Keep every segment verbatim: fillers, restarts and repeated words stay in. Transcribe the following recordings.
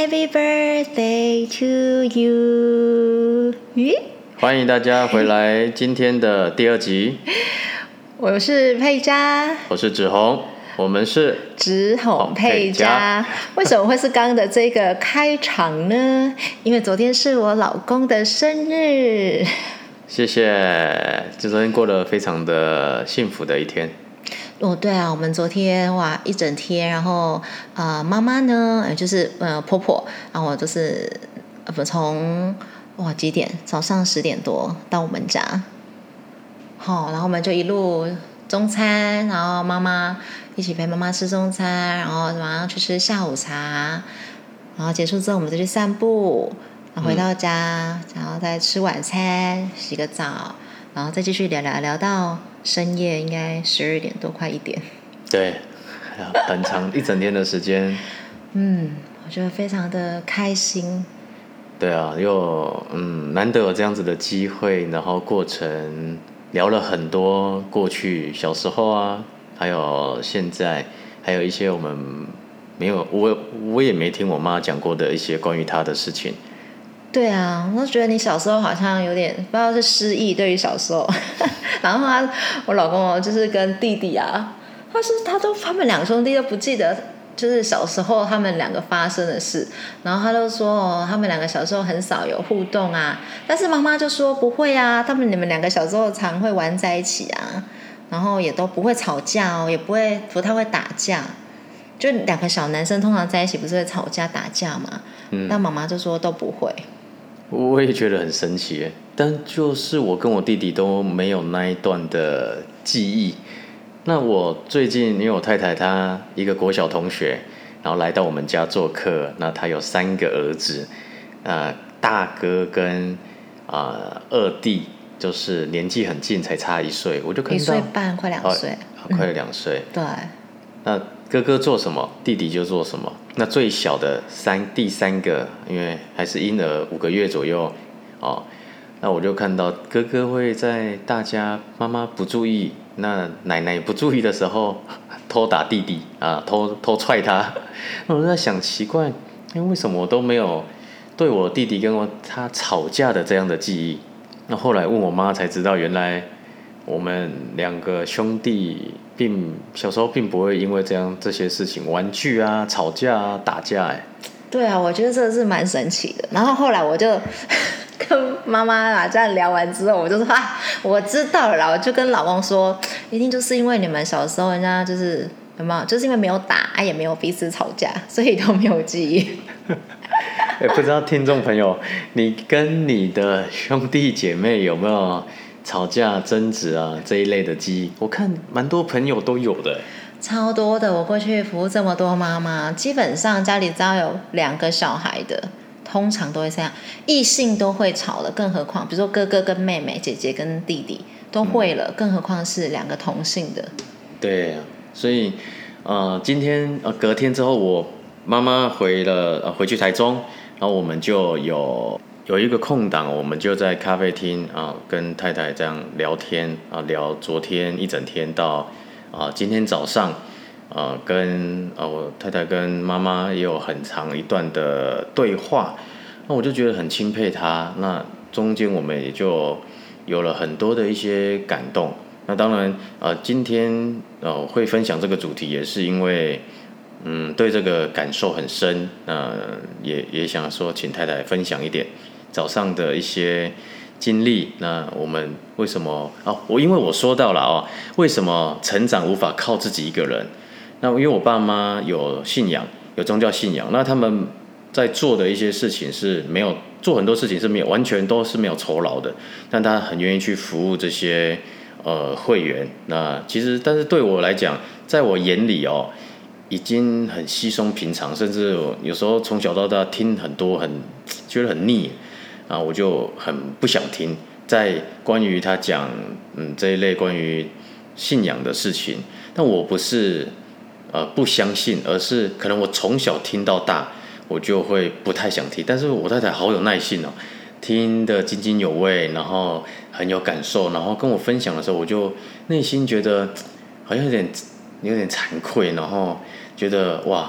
Happy birthday to you！ 欢迎大家回来今天的第二集。 我是佩佳， 我是芷宏，我们是芷宏佩佳。为什么会是刚刚的这个开场呢？因为昨天是我老公的生日。 谢谢，这昨天过得非常的幸福的一天。 哦，对啊，我们昨天哇一整天，然后呃妈妈呢，就是呃婆婆，然后就是呃从哇几点？早上十点多到我们家，好、哦，然后我们就一路中餐，然后妈妈一起陪妈妈吃中餐，然后马上去吃下午茶，然后结束之后我们再去散步，然后回到家，嗯、然后再吃晚餐，洗个澡，然后再继续聊聊聊到深夜，应该十二点多，快一点。 对，很长一整天的时间。 嗯，我觉得非常的开心。 对啊，又嗯难得有这样子的机会，然后过程聊了很多过去小时候啊，还有现在，还有一些我们没有我我也没听我妈讲过的一些关于她的事情。对啊，我觉得你小时候好像有点不知道是失忆，对于小时候。然后他，我老公哦，就是跟弟弟啊，他是他都他们两兄弟都不记得，就是小时候他们两个发生的事。然后他都说哦，他们两个小时候很少有互动啊。但是妈妈就说不会啊，他们你们两个小时候常会玩在一起啊，然后也都不会吵架哦，也不会不太会打架。就两个小男生通常在一起不是会吵架打架嘛？嗯，但妈妈就说都不会。 我也觉得很神奇耶，但就是我跟我弟弟都没有那一段的记忆。那我最近因为我太太她一个国小同学，然后来到我们家做客，那她有三个儿子，呃，大哥跟呃二弟就是年纪很近，才差一岁，我就看到一岁半快两岁， 哦，快两岁、 嗯。对。 那哥哥做什么，弟弟就做什么。那最小的三第三个，因为还是婴儿五个月左右，哦，那我就看到哥哥会在大家妈妈不注意，那奶奶不注意的时候，偷打弟弟啊，偷偷踹他。那我就在想，奇怪，为什么我都没有对我弟弟跟我他吵架的这样的记忆？那后来问我妈才知道，原来我们两个兄弟并小时候并不会因为这样这些事情玩具啊、吵架啊、打架哎。 对啊，我觉得这是蛮神奇的。然后后来我就跟妈妈啊这样聊完之后，我就说啊，我知道了啦。我就跟老公说，一定就是因为你们小时候人家就是有没有，就是因为没有打，啊也没有彼此吵架，所以都没有记忆。 欸、不知道听众朋友，你跟你的兄弟姐妹有没有吵架、争执啊这一类的记忆？我看蛮多朋友都有的。 超多的，我过去服务这么多妈妈，基本上家里只要有两个小孩的，通常都会这样，异性都会吵的，更何况比如说哥哥跟妹妹、姐姐跟弟弟都会了，嗯、更何况是两个同性的。 对，所以呃，今天呃隔天之后，我妈妈回了呃回去台中，然后我们就有有一个空档，我们就在咖啡厅啊、呃、跟太太这样聊天啊、呃，聊昨天一整天到。啊，今天早上，呃，跟呃我太太跟妈妈也有很长一段的对话，那我就觉得很钦佩她。那中间我们也就有了很多的一些感动。那当然，呃，今天呃会分享这个主题，也是因为，嗯，对这个感受很深。那、呃、也也想说，请太太分享一点早上的一些经历。那我们为什么哦？我因为我说到了哦，为什么成长无法靠自己一个人？那因为我爸妈有信仰，有宗教信仰，那他们在做的一些事情是没有做很多事情是没有完全都是没有酬劳的，但他很愿意去服务这些呃会员。那其实，但是对我来讲，在我眼里哦，已经很稀松平常，甚至有时候从小到大听很多很觉得很腻。啊，我就很不想听，在关于他讲嗯这一类关于信仰的事情，但我不是呃不相信，而是可能我从小听到大，我就会不太想听。但是我太太好有耐性哦，听得津津有味，然后很有感受，然后跟我分享的时候，我就内心觉得好像有点有点惭愧，然后觉得哇，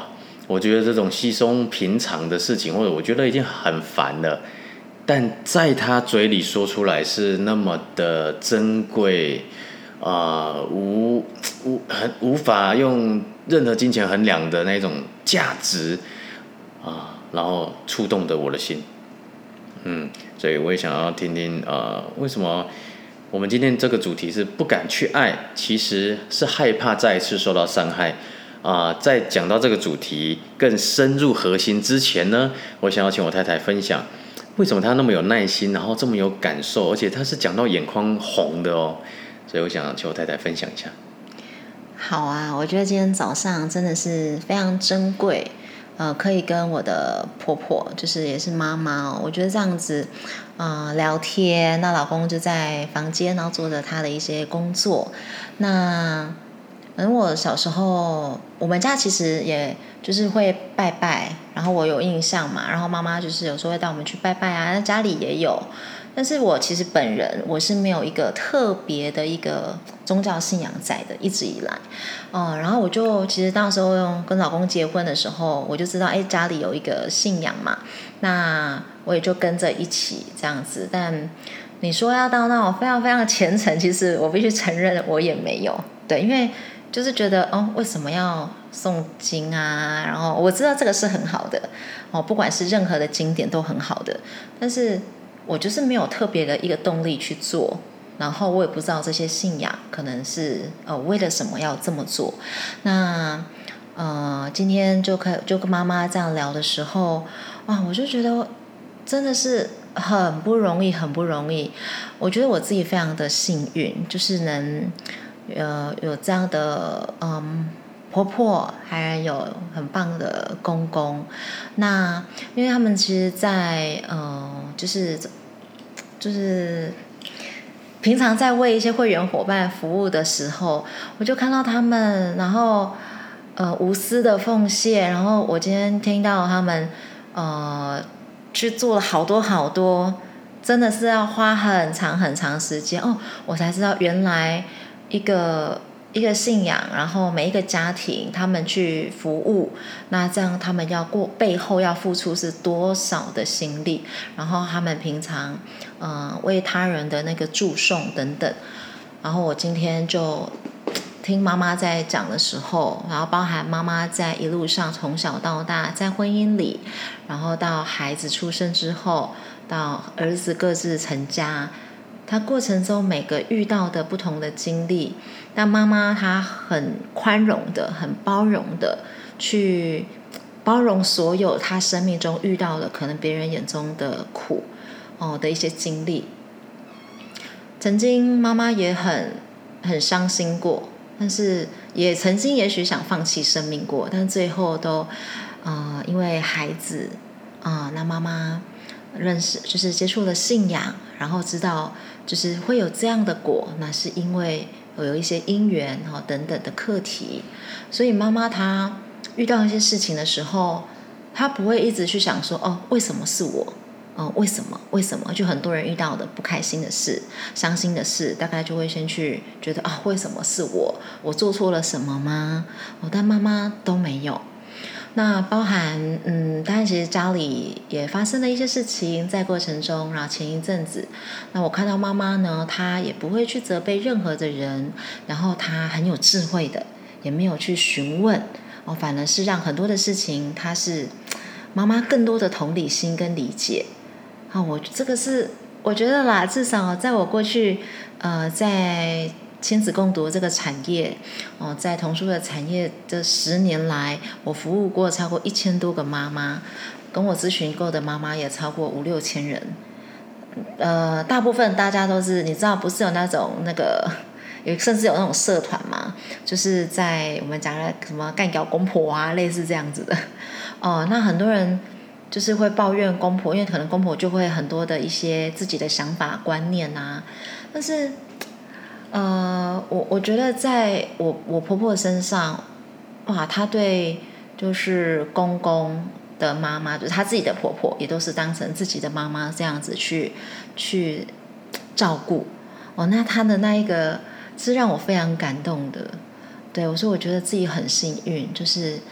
我觉得这种稀松平常的事情，或者我觉得已经很烦了，但在他嘴里说出来是那么的珍贵，啊、呃，无无很无法用任何金钱衡量的那种价值啊、呃，然后触动的我的心。嗯，所以我也想要听听，呃，为什么我们今天这个主题是不敢去爱，其实是害怕再一次受到伤害。啊、呃，在讲到这个主题更深入核心之前呢，我想要请我太太分享，为什么她那么有耐心，然后这么有感受，而且她是讲到眼眶红的哦。所以我想请我太太分享一下。 好啊，我觉得今天早上真的是非常珍贵。呃，可以跟我的婆婆，就是也是妈妈哦，我觉得这样子，呃，聊天，那老公就在房间，然后做着他的一些工作。那，嗯，我小时候，我们家其实也就是会拜拜，然后我有印象嘛，然后妈妈就是有时候会带我们去拜拜啊，那家里也有。但是我其实本人我是没有一个特别的一个宗教信仰在的，一直以来，嗯，然后我就其实到时候跟老公结婚的时候，我就知道，哎，家里有一个信仰嘛，那我也就跟着一起这样子。但你说要到那种非常非常虔诚，其实我必须承认我也没有，对，因为就是觉得哦，为什么要诵经啊？然后我知道这个是很好的哦，不管是任何的经典都很好的，但是我就是没有特别的一个动力去做，然后我也不知道这些信仰可能是呃为了什么要这么做。那呃今天就可就跟妈妈这样聊的时候，哇，我就觉得真的是很不容易，很不容易。我觉得我自己非常的幸运，就是能呃有这样的嗯。婆婆还有很棒的公公，那因为他们其实在呃就是就是平常在为一些会员伙伴服务的时候，我就看到他们，然后呃无私的奉献，然后我今天听到他们呃去做了好多好多，真的是要花很长很长时间哦，我才知道原来一个一个信仰，然后每一个家庭他们去服务，那这样他们要过背后要付出是多少的心力，然后他们平常呃为他人的那个祝颂等等，然后我今天就听妈妈在讲的时候，然后包含妈妈在一路上从小到大在婚姻里，然后到孩子出生之后，到儿子各自成家，他过程中每个遇到的不同的经历，但妈妈她很宽容的，很包容的去包容所有她生命中遇到的可能别人眼中的苦哦的一些经历。曾经妈妈也很很伤心过，但是也曾经也许想放弃生命过，但最后都呃因为孩子啊、呃，那妈妈认识就是接触了信仰，然后知道就是会有这样的果，那是因为有一些因缘、哦、等等的课题，所以妈妈她遇到一些事情的时候，她不会一直去想说哦为什么是我，哦为什么为什么，就很多人遇到的不开心的事、伤心的事，大概就会先去觉得啊为什么是我，我做错了什么吗？哦，但妈妈都没有。那包含嗯，当然其实家里也发生了一些事情在过程中，然后前一阵子，那我看到妈妈呢，她也不会去责备任何的人，然后她很有智慧的，也没有去询问，哦，反而是让很多的事情，她是妈妈更多的同理心跟理解。啊，我这个是我觉得啦，至少在我过去呃在亲子共读这个产业，哦，在童书的产业这十年来，我服务过超过一千多个妈妈，跟我咨询过的妈妈也超过五六千人。呃，大部分大家都是你知道，不是有那种那个，有甚至有那种社团嘛，就是在我们讲的什么干掉公婆啊，类似这样子的。哦、呃，那很多人就是会抱怨公婆，因为可能公婆就会很多的一些自己的想法观念啊，但是。呃，我我觉得在我我婆婆身上，哇，她对就是公公的妈妈，就是她自己的婆婆，也都是当成自己的妈妈这样子去去照顾。哦，那她的那一个是让我非常感动的。对我说，我觉得自己很幸运，就是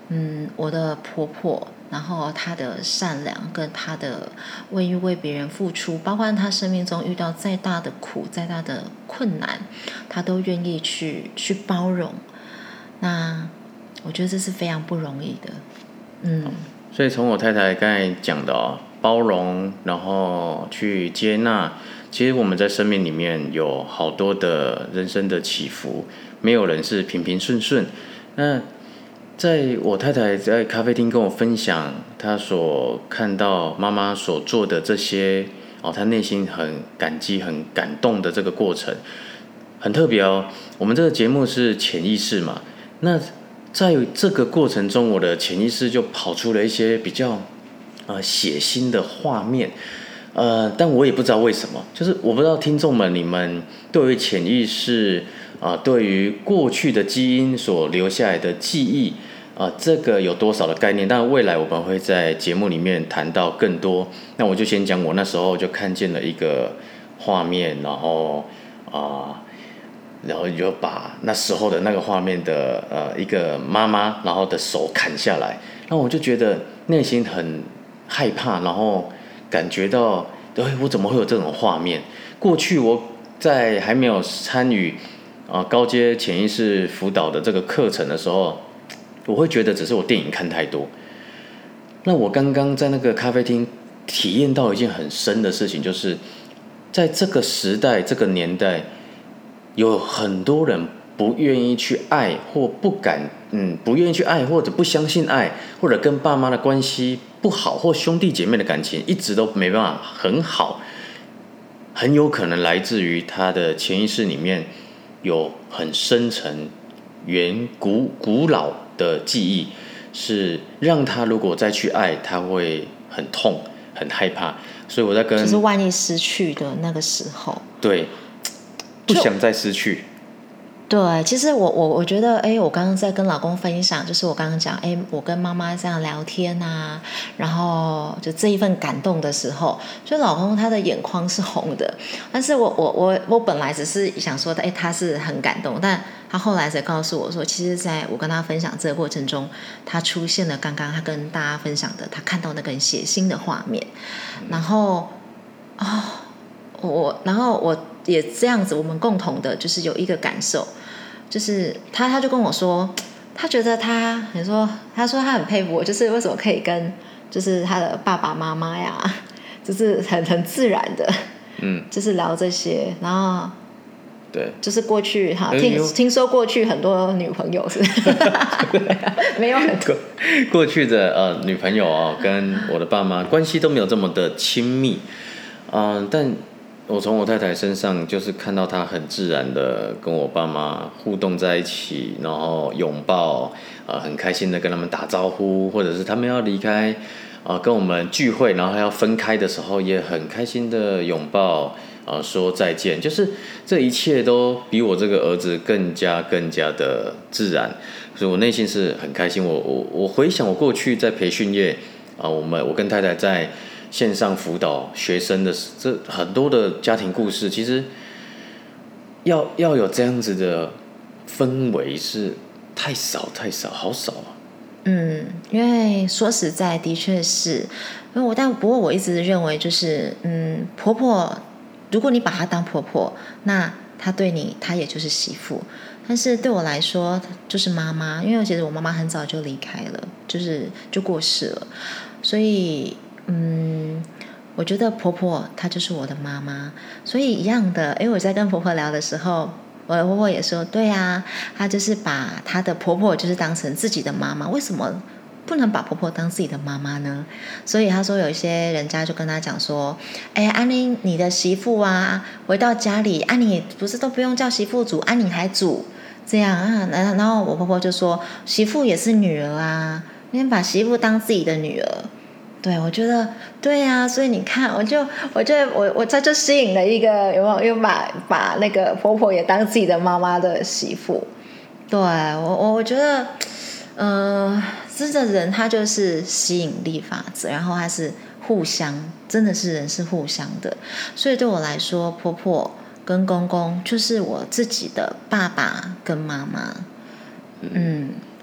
嗯，我的婆婆，然后她的善良跟她的愿意为别人付出，包括她生命中遇到再大的苦、再大的困难，她都愿意去去包容。那我觉得这是非常不容易的。嗯， 所以从我太太刚才讲的哦，包容，然后去接纳，其实我们在生命里面有好多的人生的起伏，没有人是平平顺顺。那在我太太在咖啡厅跟我分享她所看到妈妈所做的这些哦，她内心很感激、很感动的这个过程，很特别哦。我们这个节目是潜意识嘛，那在这个过程中，我的潜意识就跑出了一些比较呃血腥的画面，呃，但我也不知道为什么，就是我不知道听众们你们对于潜意识啊、呃，对于过去的基因所留下来的记忆啊、呃，这个有多少的概念？当然，未来我们会在节目里面谈到更多。那我就先讲我那时候就看见了一个画面，然后啊。呃然后就把那时候的那个画面的呃一个妈妈，然后的手砍下来，然后我就觉得内心很害怕，然后感觉到，对，我怎么会有这种画面？过去我在还没有参与啊、呃、高阶潜意识辅导的这个课程的时候，我会觉得只是我电影看太多。那我刚刚在那个咖啡厅体验到一件很深的事情，就是在这个时代、这个年代。有很多人不愿意去爱，或不敢，嗯，不愿意去爱，或者不相信爱，或者跟爸妈的关系不好，或兄弟姐妹的感情一直都没办法很好，很有可能来自于他的潜意识里面有很深沉、远古古老的记忆，是让他如果再去爱，他会很痛、很害怕。所以我在跟， 就是万一失去的那个时候， 对。不想再失去。 对，其实我我我觉得，哎，我刚刚在跟老公分享，就是我刚刚讲，哎，我跟妈妈这样聊天啊，然后就这一份感动的时候，就老公他的眼眶是红的，但是我我我我本来只是想说，哎，他是很感动，但他后来才告诉我说，其实在我跟他分享这个过程中，他出现了刚刚他跟大家分享的，他看到那个很血腥的画面，然后哦，我然后我。也这样子，我们共同的就是有一个感受，就是他他就跟我说，他觉得他，你说，他说他很佩服我，就是为什么可以跟就是他的爸爸妈妈呀，就是很很自然的，嗯，就是聊这些，然后对， 就是过去哈，听听说过去很多女朋友是，没有很多过去的呃女朋友哦，跟我的爸妈关系都没有这么的亲密，嗯、呃，但。我从我太太身上就是看到她很自然的跟我爸妈互动在一起，然后拥抱，呃，很开心的跟他们打招呼，或者是他们要离开，呃，跟我们聚会，然后要分开的时候，也很开心的拥抱，呃，说再见，就是这一切都比我这个儿子更加更加的自然，所以我内心是很开心。我我我回想我过去在培训业，啊、呃，我们我跟太太在。线上辅导学生的这很多的家庭故事，其实要要有这样子的氛围是太少太少，好少啊。 嗯，因为说实在，的确是，因为我但不过我一直认为就是，嗯，婆婆，如果你把她当婆婆，那她对你，她也就是媳妇。但是对我来说，就是妈妈，因为其实我妈妈很早就离开了，就是就过世了，所以。嗯，我觉得婆婆她就是我的妈妈，所以一样的。因为我在跟婆婆聊的时候，我的婆婆也说，对啊，她就是把她的婆婆就是当成自己的妈妈。为什么不能把婆婆当自己的妈妈呢？所以她说有一些人家就跟她讲说，哎，安妮，你的媳妇啊，回到家里，安妮不是都不用叫媳妇煮，安妮还煮这样啊？然后我婆婆就说，媳妇也是女儿啊，你把媳妇当自己的女儿。对，我觉得对呀、啊，所以你看，我就我就我我这就吸引了一个有没有，又把把那个婆婆也当自己的妈妈的媳妇。对我我我觉得，呃，真的人他就是吸引力法则，然后他是互相，真的是人是互相的。所以对我来说，婆婆跟公公就是我自己的爸爸跟妈妈。嗯。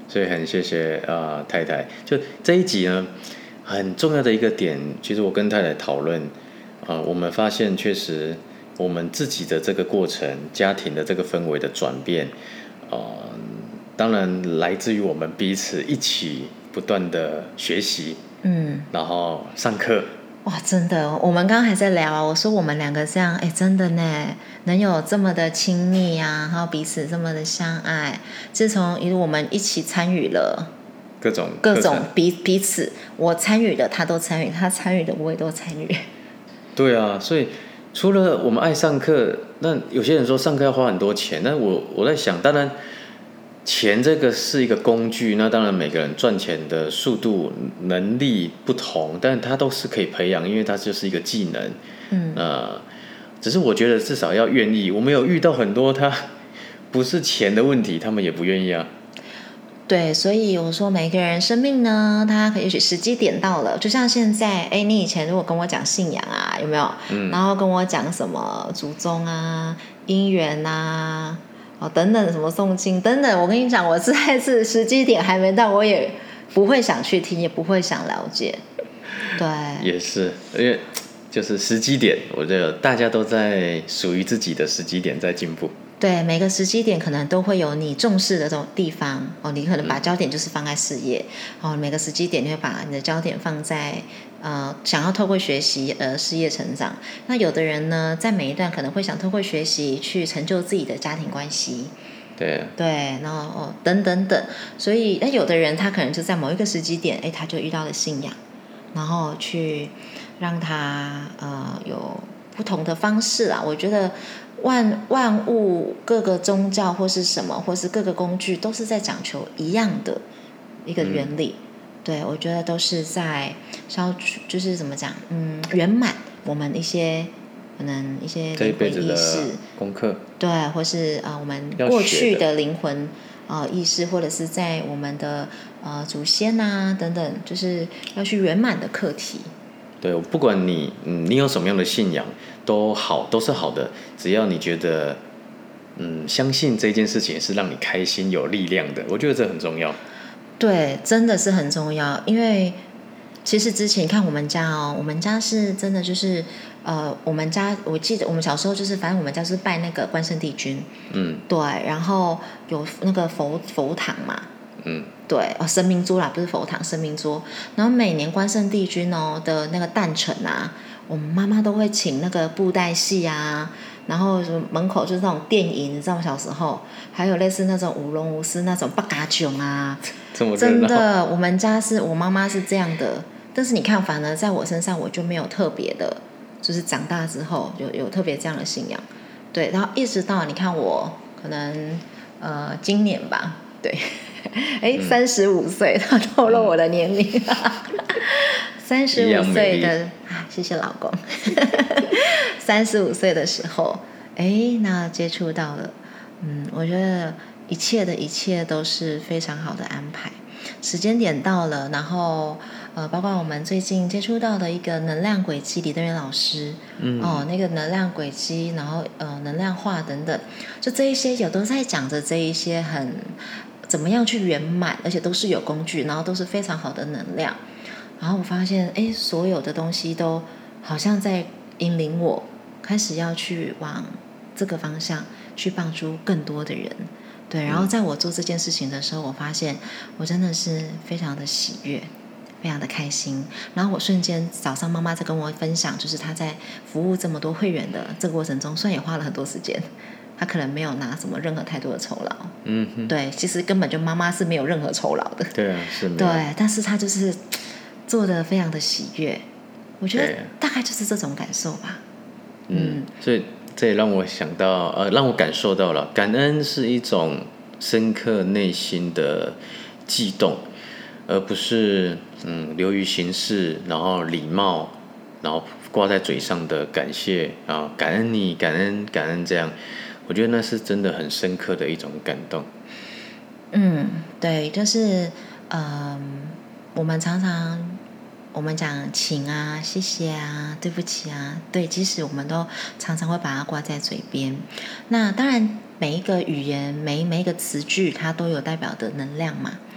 所以很谢谢啊、呃、太太。就这一集呢，很重要的一个点，其实我跟太太讨论，呃，我们发现确实我们自己的这个过程，家庭的这个氛围的转变，呃，当然来自于我们彼此一起不断的学习，嗯，然后上课。 哇，真的，我们刚刚还在聊啊，我说我们两个这样，哎，真的呢，能有这么的亲密啊，还有彼此这么的相爱，自从因为我们一起参与了各种各种彼彼此，我参与的他都参与，他参与的我也都参与。 对啊，所以除了我们爱上课，那有些人说上课要花很多钱，那我我在想，当然钱这个是一个工具，那当然每个人赚钱的速度能力不同，但它都是可以培养，因为它就是一个技能。嗯，呃，只是我觉得至少要愿意。我们有遇到很多他不是钱的问题，他们也不愿意啊。 对，所以我说每个人生命呢，他也许时机点到了，就像现在，哎，你以前如果跟我讲信仰啊，有没有？嗯，然后跟我讲什么祖宗啊、姻缘啊。哦，等等，什么诵经等等，我跟你讲，我实在是时机点还没到，我也不会想去听，也不会想了解。对， 也是，因为就是时机点，我觉得大家都在属于自己的时机点在进步。 对，每个时机点可能都会有你重视的这种地方哦，你可能把焦点就是放在事业，嗯、哦，每个时机点你会把你的焦点放在呃想要透过学习而事业成长。那有的人呢，在每一段可能会想透过学习去成就自己的家庭关系。 对、啊、 对，然后哦等等等，所以那有的人他可能就在某一个时机点，哎，他就遇到了信仰，然后去让他呃有不同的方式啦。我觉得万万物各个宗教或是什么，或是各个工具，都是在讲求一样的一个原理。嗯、对，我觉得都是在稍就是怎么讲，嗯，圆满我们一些。可能一些灵魂意识功课， 对，或是啊、呃、我们过去的灵魂呃意识，或者是在我们的呃祖先啊等等，就是要去圆满的课题。 对，不管你嗯你有什么样的信仰都好，都是好的，只要你觉得嗯相信这件事情是让你开心有力量的，我觉得这很重要。 对，真的是很重要，因为其实之前看我们家哦，我们家是真的就是呃，我们家我记得我们小时候就是，反正我们家是拜那个关圣帝君，嗯，对，然后有那个佛佛堂嘛，嗯，对，哦，神明桌啦，不是佛堂，神明桌，然后每年关圣帝君哦的那个诞辰啊，我们妈妈都会请那个布袋戏啊。然后什么门口就是那种电影，你知道吗？小时候还有类似那种舞龙舞狮那种八嘎囧啊， 这么真的，我们家是我妈妈是这样的，但是你看，反而在我身上我就没有特别的，就是长大之后有有特别这样的信仰，对，然后一直到你看我可能呃今年吧，对，哎三十五岁，他透露我的年龄，三十五岁的啊，谢谢老公。三十五岁的时候，哎，那接触到了，嗯，我觉得一切的一切都是非常好的安排。时间点到了，然后呃，包括我们最近接触到的一个能量轨迹，李登元老师，嗯，哦，那个能量轨迹，然后呃，能量化等等，就这一些有都在讲着这一些很怎么样去圆满，而且都是有工具，然后都是非常好的能量。然后我发现，哎，所有的东西都好像在引领我。开始要去往这个方向去帮助更多的人，对。然后在我做这件事情的时候，我发现我真的是非常的喜悦，非常的开心。然后我瞬间早上妈妈在跟我分享，就是她在服务这么多会员的这个过程中，虽然也花了很多时间，她可能没有拿什么任何太多的酬劳，嗯哼，对，其实根本就妈妈是没有任何酬劳的， 对啊，是没有， 对，但是她就是做得非常的喜悦，我觉得大概就是这种感受吧。 嗯，所以这也让我想到，呃，让我感受到了，感恩是一种深刻内心的悸动，而不是嗯流于形式，然后礼貌，然后挂在嘴上的感谢啊，感恩你，感恩感恩这样，我觉得那是真的很深刻的一种感动。 嗯，对，就是嗯，我们常常。我们讲请啊，谢谢啊，对不起啊，对，即使我们都常常会把它挂在嘴边。那当然，每一个语言，每每一个词句，它都有代表的能量嘛。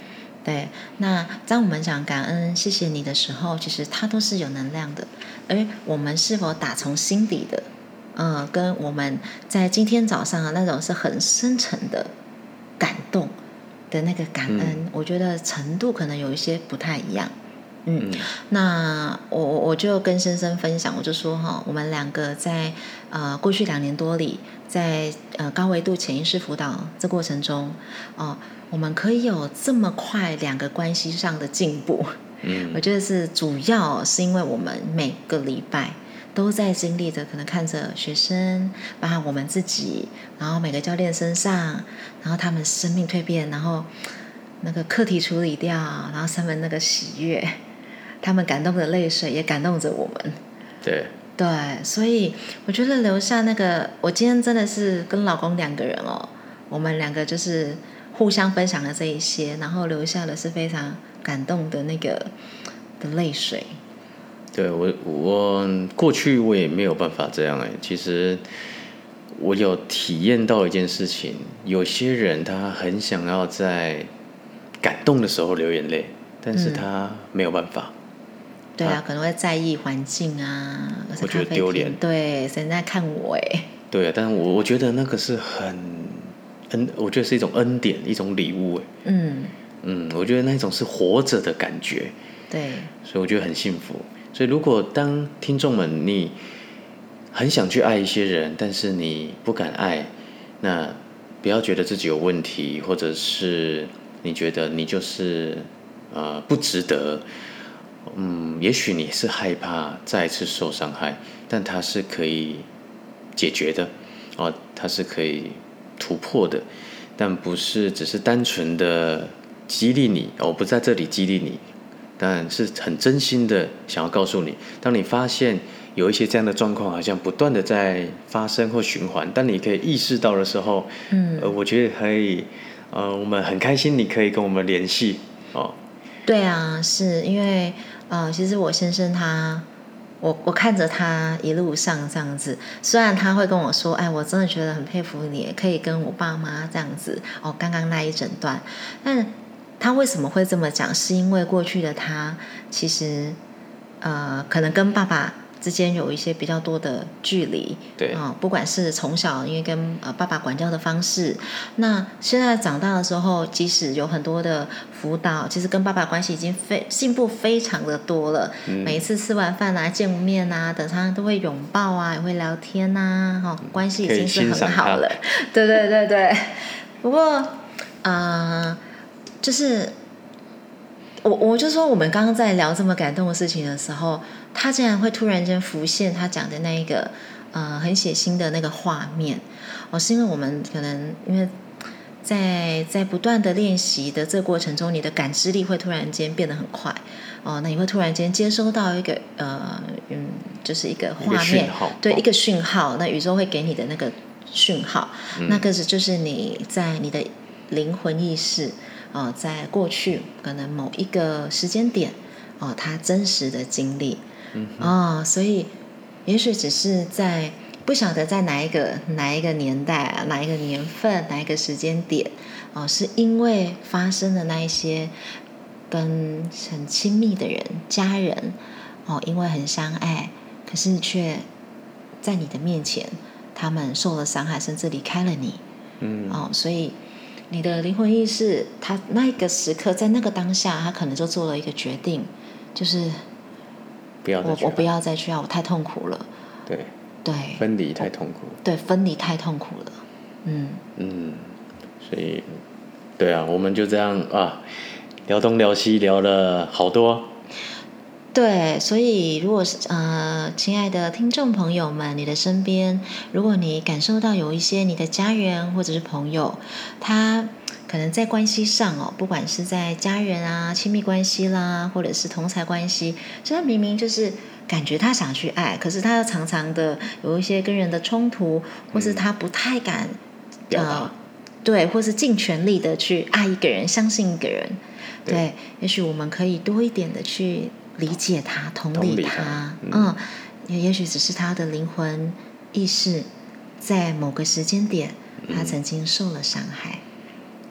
对，那当我们讲感恩、谢谢你的时候，其实它都是有能量的，而我们是否打从心底的，呃，跟我们在今天早上的那种是很深沉的感动的那个感恩，嗯、我觉得程度可能有一些不太一样。嗯，那我我就跟先生分享，我就说哈，我们两个在呃过去两年多里，在呃高维度潜意识辅导这过程中，哦、呃，我们可以有这么快两个关系上的进步。嗯，我觉得是主要是因为我们每个礼拜都在经历着，可能看着学生，包括我们自己，然后每个教练身上，然后他们生命蜕变，然后那个课题处理掉，然后他们那个喜悦。他们感动的泪水也感动着我们， 对对，所以我觉得留下那个，我今天真的是跟老公两个人哦，我们两个就是互相分享了这一些，然后留下的是非常感动的那个的泪水。 对，我我过去我也没有办法这样哎，其实我有体验到一件事情，有些人他很想要在感动的时候流眼泪，但是他没有办法。 嗯对啊，可能会在意环境啊， 我觉得丢脸。 对，谁在看我哎？ 对啊，但是我我觉得那个是很恩，我觉得是一种恩典，一种礼物哎。嗯嗯，我觉得那种是活着的感觉。 对， 所以我觉得很幸福。所以如果当听众们你很想去爱一些人，但是你不敢爱，那不要觉得自己有问题，或者是你觉得你就是呃不值得。嗯，也许你是害怕再一次受伤害，但它是可以解决的，哦，它是可以突破的，但不是只是单纯的激励你，我、哦、不在这里激励你，但是很真心的想要告诉你，当你发现有一些这样的状况好像不断的在发生或循环，但你可以意识到的时候，嗯，呃，我觉得可以，呃，我们很开心你可以跟我们联系，哦， 对啊，是因为。呃，其实我先生他，我我看着他一路上这样子，虽然他会跟我说，哎，我真的觉得很佩服你，可以跟我爸妈这样子，哦，刚刚那一整段，但他为什么会这么讲？是因为过去的他其实，呃，可能跟爸爸之间有一些比较多的距离， 对啊、呃，不管是从小因为跟呃爸爸管教的方式，那现在长大的时候，即使有很多的辅导，其实跟爸爸关系已经非进步非常的多了。嗯、每一次吃完饭啊，见面啊，等他都会拥抱啊，也会聊天呐、啊，哈、哦，关系已经是很好了。对对对对，不过呃，就是我我就说我们刚刚在聊这么感动的事情的时候。他竟然会突然间浮现他讲的那一个呃很血腥的那个画面，哦，是因为我们可能因为在在不断的练习的这个过程中，你的感知力会突然间变得很快，哦，那你会突然间接收到一个呃嗯就是一个画面，对，一个讯号，那宇宙会给你的那个讯号，嗯、那个是就是你在你的灵魂意识哦、呃，在过去可能某一个时间点哦，它真实的经历。嗯、哦，所以也许只是在不晓得在哪一个哪一个年代啊，哪一个年份，哪一个时间点，哦，是因为发生的那一些跟很亲密的人、家人，哦，因为很相爱，可是却在你的面前，他们受了伤害，甚至离开了你。嗯，哦，所以你的灵魂意识，他那一个时刻，在那个当下，他可能就做了一个决定，就是。我我不要再去啊！我太痛苦了。 对对， 分离太痛苦。 对，分离太痛苦了。嗯嗯，所以对啊，我们就这样啊，聊东聊西，聊了好多。 对，所以如果是呃，亲爱的听众朋友们，你的身边，如果你感受到有一些你的家人或者是朋友，他。可能在关系上哦，不管是在家人啊、亲密关系啦，或者是同侪关系，就他明明就是感觉他想去爱，可是他又常常的有一些跟人的冲突，或是他不太敢、 嗯、呃， 对，或是尽全力的去爱一个人、相信一个人，对，对也许我们可以多一点的去理解他、同理他，他嗯，也、嗯、也许只是他的灵魂意识在某个时间点，他曾经受了伤害。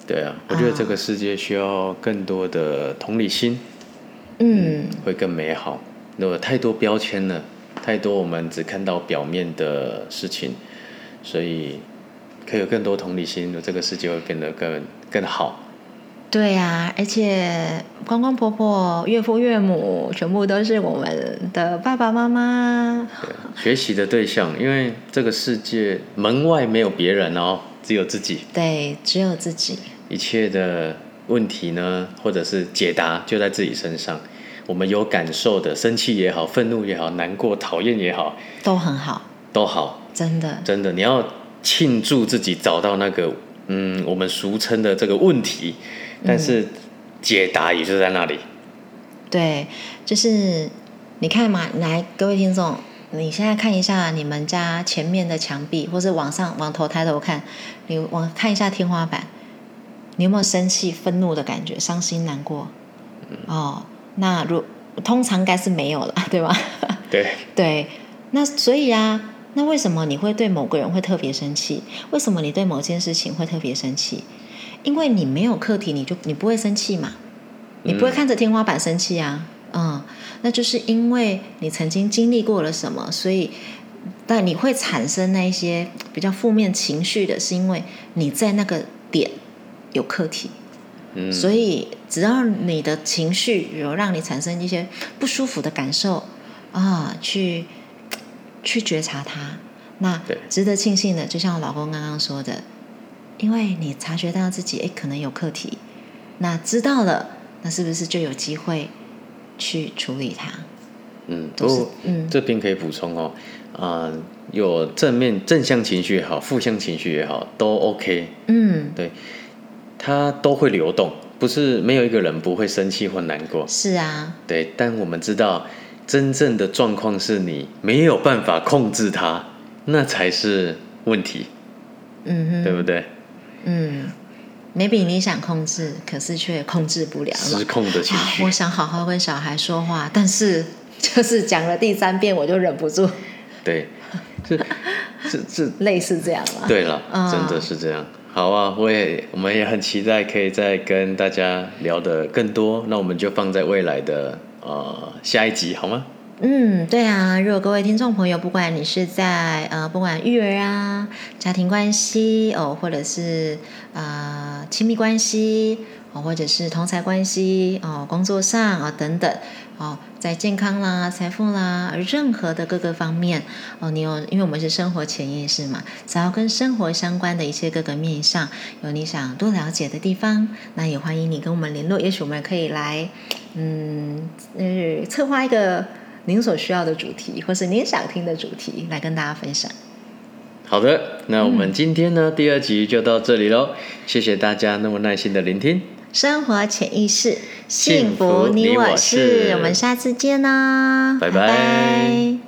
对啊，我觉得这个世界需要更多的同理心， 嗯， 嗯会更美好。如果太多标签了，太多我们只看到表面的事情，所以可以有更多同理心，这个世界会变得更更好。 对呀、啊，而且公公婆婆、岳父岳母，全部都是我们的爸爸妈妈。 对，学习的对象，因为这个世界门外没有别人哦，只有自己。 对，只有自己。 一切的问题呢，或者是解答，就在自己身上。我们有感受的，生气也好，愤怒也好，难过、讨厌也好， 都很好， 都好。 真的， 真的，你要庆祝自己找到那个，嗯，我们俗称的这个问题。但是解答也就在那里。 对，就是你看嘛，来各位听众，你现在看一下你们家前面的墙壁，或是往上往头抬头看，你往看一下天花板，你有没有生气、愤怒的感觉，伤心、难过？嗯、哦，那如通常应该是没有了，对吗？ 对对，那所以啊，那为什么你会对某个人会特别生气？为什么你对某件事情会特别生气？因为你没有课题，你就你不会生气嘛，你不会看着天花板生气啊，嗯, 嗯，那就是因为你曾经经历过了什么，所以但你会产生那一些比较负面情绪的，是因为你在那个点有课题，嗯，所以只要你的情绪有让你产生一些不舒服的感受啊，去去觉察它，那值得庆幸的，就像我老公刚刚说的。因为你察觉到自己诶可能有课题，那知道了，那是不是就有机会去处理它？ 嗯，不过嗯，这边可以补充哦，啊、呃，有正面正向情绪也好，负向情绪也好，都 OK。嗯，对，它都会流动，不是没有一个人不会生气或难过。 是啊， 对，但我们知道，真正的状况是你没有办法控制它，那才是问题。嗯哼，对不对？ 嗯 ，maybe 你想控制，可是却控制不了， 失控的情绪、 啊。我想好好跟小孩说话，但是就是讲了第三遍，我就忍不住。 对，是是是， 类似这样啦。 对了、嗯，真的是这样。好啊，我也我们也很期待可以再跟大家聊得更多，那我们就放在未来的呃下一集好吗？ 嗯，对啊，如果各位听众朋友，不管你是在呃，不管育儿啊、家庭关系哦，或者是呃亲密关系哦，或者是同侪关系哦，工作上啊、哦、等等哦，在健康啦、财富啦，任何的各个方面哦，你有，因为我们是生活潜意识嘛，只要跟生活相关的一些各个面向，有你想多了解的地方，那也欢迎你跟我们联络，也许我们可以来嗯呃策划一个。您所需要的主题，或是您想听的主题，来跟大家分享。 好的，那我们今天呢、嗯、第二集就到这里咯，谢谢大家那么耐心的聆听。 生活潜意识，幸福你我是，我们下次见啦， 拜拜。拜拜。